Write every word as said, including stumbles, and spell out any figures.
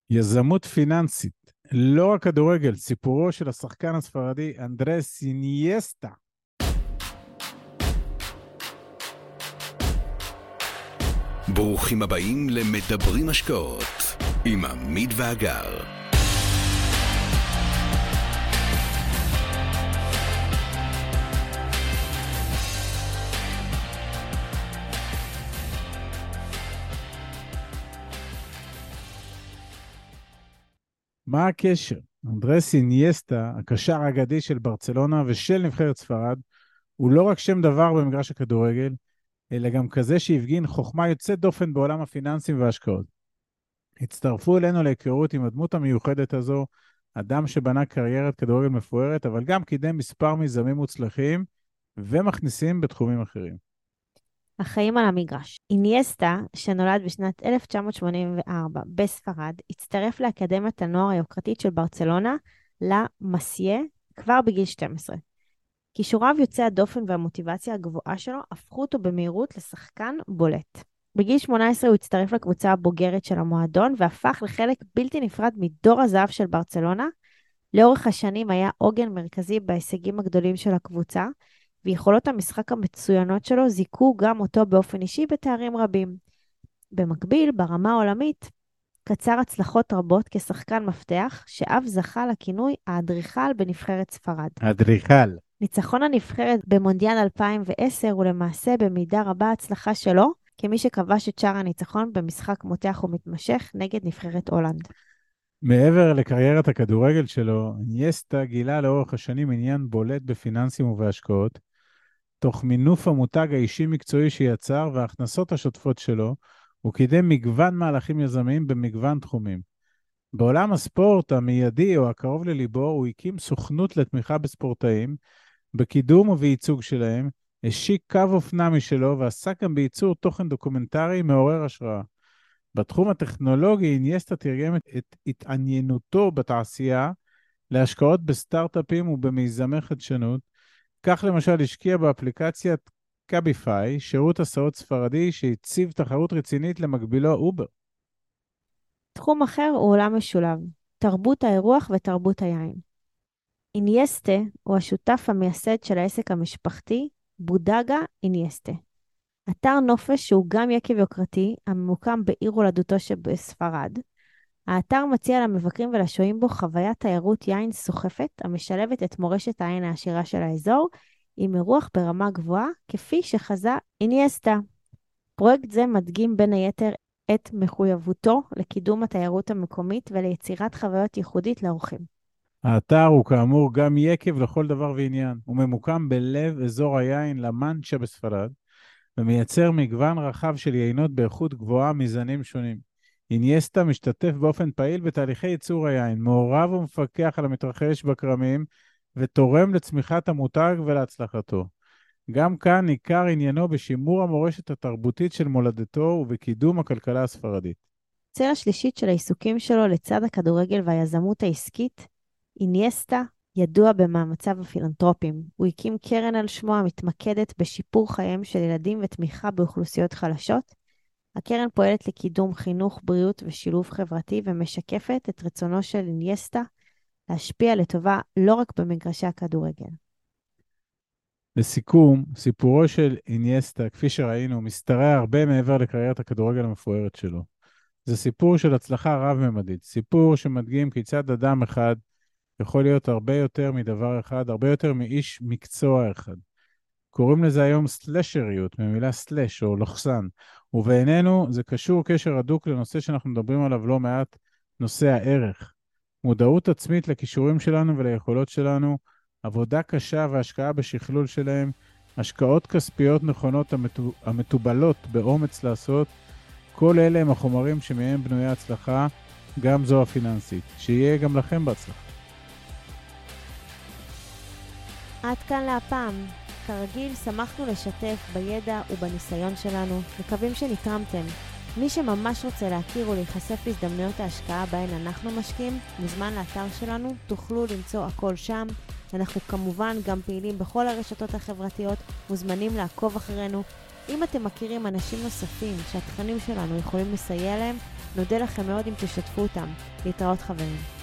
יזמות פיננסית, לא רק כדורגל, סיפורו של השחקן הספרדי אנדרס אינייסטה. ברוכים הבאים למדברים השקעות עם עמית ואגר. מה הקשר? אנדרס אינייסטה, הקשר האגדי של ברצלונה ושל נבחרת ספרד, הוא לא רק שם דבר במגרש הכדורגל, אלא גם כזה שהפגין חוכמה יוצאת דופן בעולם הפיננסים וההשקעות. הצטרפו אלינו להיכרות עם הדמות המיוחדת הזו, אדם שבנה קריירת כדורגל מפוארת, אבל גם קידם מספר מיזמים מוצלחים ומכניסים בתחומים אחרים. החיים על המגרש. אינייסטה, שנולד בשנת אלף תשע מאות שמונים וארבע בספרד, הצטרף לאקדמיית הנוער היוקרתית של ברצלונה, לה מסיה, כבר בגיל שתים עשרה. כישוריו יוצאי הדופן והמוטיבציה הגבוהה שלו הפכו אותו במהירות לשחקן בולט. בגיל שמונה עשרה הוא הצטרף לקבוצה הבוגרת של המועדון, והפך לחלק בלתי נפרד מדור הזהב של ברצלונה. לאורך השנים היה עוגן מרכזי בהישגים הגדולים של הקבוצה, ויכולות המשחק המצוינות שלו זיקו גם אותו באופן אישי בתארים רבים. במקביל, ברמה העולמית, קצר הצלחות רבות כשחקן מפתח, שאף זכה לכינוי האדריכל בנבחרת ספרד. האדריכל. ניצחון הנבחרת במונדיאל אלפיים ועשר הוא למעשה במידה רבה הצלחה שלו, כמי שכבש את שער הניצחון במשחק מותח ומתמשך נגד נבחרת הולנד. מעבר לקריירת הכדורגל שלו, אינייסטה גילה לאורך השנים עניין בולט בפיננסים ובהשקעות, תוך מינוף המותג האישי-מקצועי שיצר וההכנסות השוטפות שלו, הוא קידם מגוון מהלכים יזמיים במגוון תחומים. בעולם הספורט המיידי או הקרוב לליבו, הוא הקים סוכנות לתמיכה בספורטאים, בקידום ובייצוג שלהם, השיק קו אופנה משלו ועסק גם בייצור תוכן דוקומנטרי מעורר השראה. בתחום הטכנולוגי, אינייסטה תרגם את התעניינותו בתעשייה להשקעות בסטארט-אפים ובמיזמי חדשנות. כך למשל השקיע באפליקציית קאביפיי, שירות הסעות ספרדי שהציב תחרות רצינית למקבילו אובר. תחום אחר הוא עולם משולב, תרבות האירוח ותרבות היין. אינייסטה הוא השותף המייסד של העסק המשפחתי, בודגה אינייסטה. אתר נופש שהוא גם יקב יוקרתי, הממוקם בעיר הולדתו שבספרד. האתר מציע למבקרים ולשוהים בו חוויית תיירות יין סוחפת, המשלבת את מורשת העין העשירה של האזור, עם אירוח ברמה גבוהה, כפי שחזה אינייסטה. פרויקט זה מדגים בין היתר את מחויבותו לקידום התיירות המקומית וליצירת חוויות ייחודית לאורחים. האתר הוא כאמור גם יקב לכל דבר ועניין. הוא ממוקם בלב אזור היין למנצ'ה בספרד, ומייצר מגוון רחב של יינות באיכות גבוהה מזנים שונים. אינייסטה משתתף באופן פעיל בתהליכי ייצור היין, מעורב ומפקח על המתרחש בקרמים, ותורם לצמיחת המותג ולהצלחתו. גם כאן ניכר עניינו בשימור המורשת התרבותית של מולדתו ובקידום הכלכלה הספרדית. הציר השלישית של העיסוקים שלו לצד הכדורגל והיזמות העסקית, אינייסטה ידוע במאמציו הפילנטרופיים. הוא הקים קרן על שמו המתמקדת בשיפור חייהם של ילדים ותמיכה באוכלוסיות חלשות. הקרן פועלת לקידום חינוך, בריאות ושילוב חברתי ומשקפת את רצונו של אינייסטה להשפיע לטובה לא רק במגרשי הכדורגל. לסיכום, סיפורו של אינייסטה, כפי שראינו, משתרע הרבה מעבר לקריירת הכדורגל המפוארת שלו. זה סיפור של הצלחה רב-ממדית, סיפור שמדגים כיצד אדם אחד יכול להיות הרבה יותר מדבר אחד, הרבה יותר מאיש מקצוע אחד. קוראים לזה היום סלשריות, ממילה סלש או לוחסן, ובעינינו זה קשור קשר הדוק לנושא שאנחנו מדברים עליו לא מעט, נושא הערך. מודעות עצמית לכישורים שלנו וליכולות שלנו, עבודה קשה והשקעה בשכלול שלהם, השקעות כספיות נכונות המטובלות באומץ לעשות, כל אלה הם החומרים שמהם בנויה הצלחה, גם זו הפיננסית. שיהיה גם לכם בהצלחה. עד כאן להפעם. כרגיל, שמחנו לשתף בידע ובניסיון שלנו. מקווים שנתרמתם. מי שממש רוצה להכיר ולהיחשף להזדמנויות ההשקעה בהן אנחנו משקיעים, מוזמן לאתר שלנו, תוכלו למצוא הכל שם. אנחנו כמובן גם פעילים בכל הרשתות החברתיות, מוזמנים לעקוב אחרינו. אם אתם מכירים אנשים נוספים שהתכנים שלנו יכולים לסייע להם, נודה לכם מאוד אם תשתפו אותם. להתראות חברים.